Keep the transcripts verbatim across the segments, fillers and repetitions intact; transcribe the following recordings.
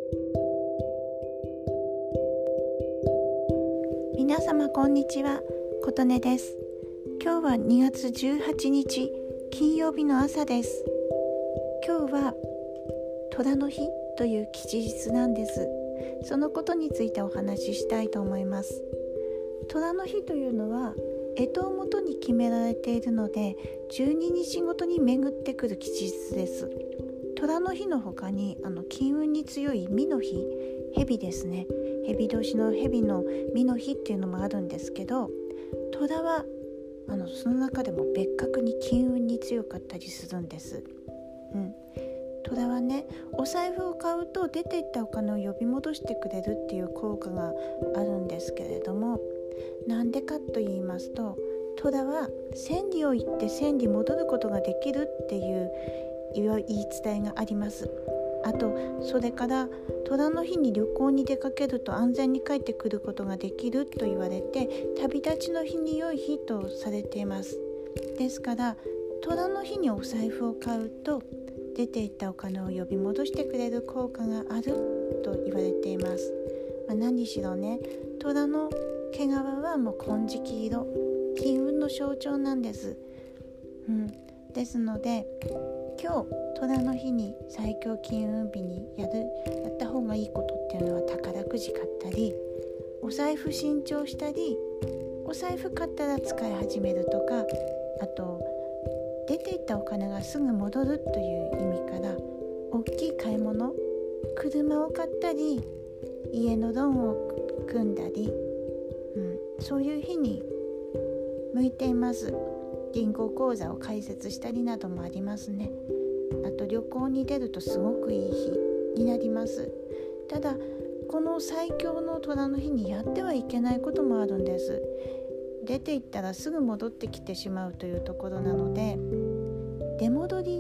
皆様こんにちは、琴音です。今日はにがつじゅうはちにち金曜日の朝です。今日は寅の日という吉日なんです。そのことについてお話ししたいと思います。寅の日というのは干支をもとに決められているので、じゅうににちごとに巡ってくる吉日です。寅の日の他にあの金運に強い巳の日、蛇ですね、蛇年の蛇の巳の日っていうのもあるんですけど、寅はあのその中でも別格に金運に強かったりするんです。うん、寅はね、お財布を買うと出ていったお金を呼び戻してくれるっていう効果があるんですけれども、なんでかと言いますと、寅は千里を行って千里戻ることができるっていう言い伝えがあります。あとそれから寅の日に旅行に出かけると安全に帰ってくることができると言われて、旅立ちの日に良い日とされています。ですから寅の日にお財布を買うと出ていったお金を呼び戻してくれる効果があると言われています。まあ、何しろね、寅の毛皮はもう金色色、金運の象徴なんです。うん、ですので今日寅の日に最強金運日にやるやった方がいいことっていうのは、宝くじ買ったり、お財布新調したり、お財布買ったら使い始めるとか、あと出ていったお金がすぐ戻るという意味から大きい買い物、車を買ったり家のローンを組んだり、うん、そういう日に向いています。銀行口座を開設したりなどもありますね。あと旅行に出るとすごくいい日になります。ただこの最強の寅の日にやってはいけないこともあるんです。出て行ったらすぐ戻ってきてしまうというところなので、出戻り、うん、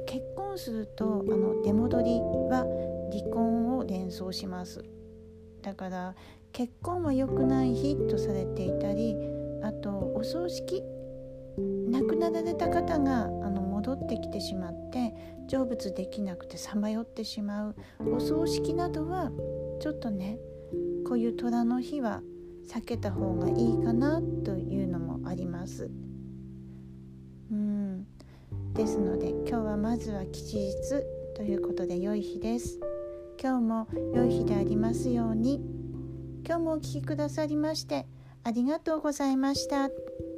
結婚するとあの出戻りは離婚を連想します。だから結婚は良くない日とされていたり、あとお葬式、亡くなられた方があの戻ってきてしまって成仏できなくてさまよってしまうお葬式などはちょっとね、こういう寅の日は避けた方がいいかなというのもあります。うんですので今日はまずは吉日ということで良い日です。今日も良い日でありますように。今日もお聞きくださりましてありがとうございました。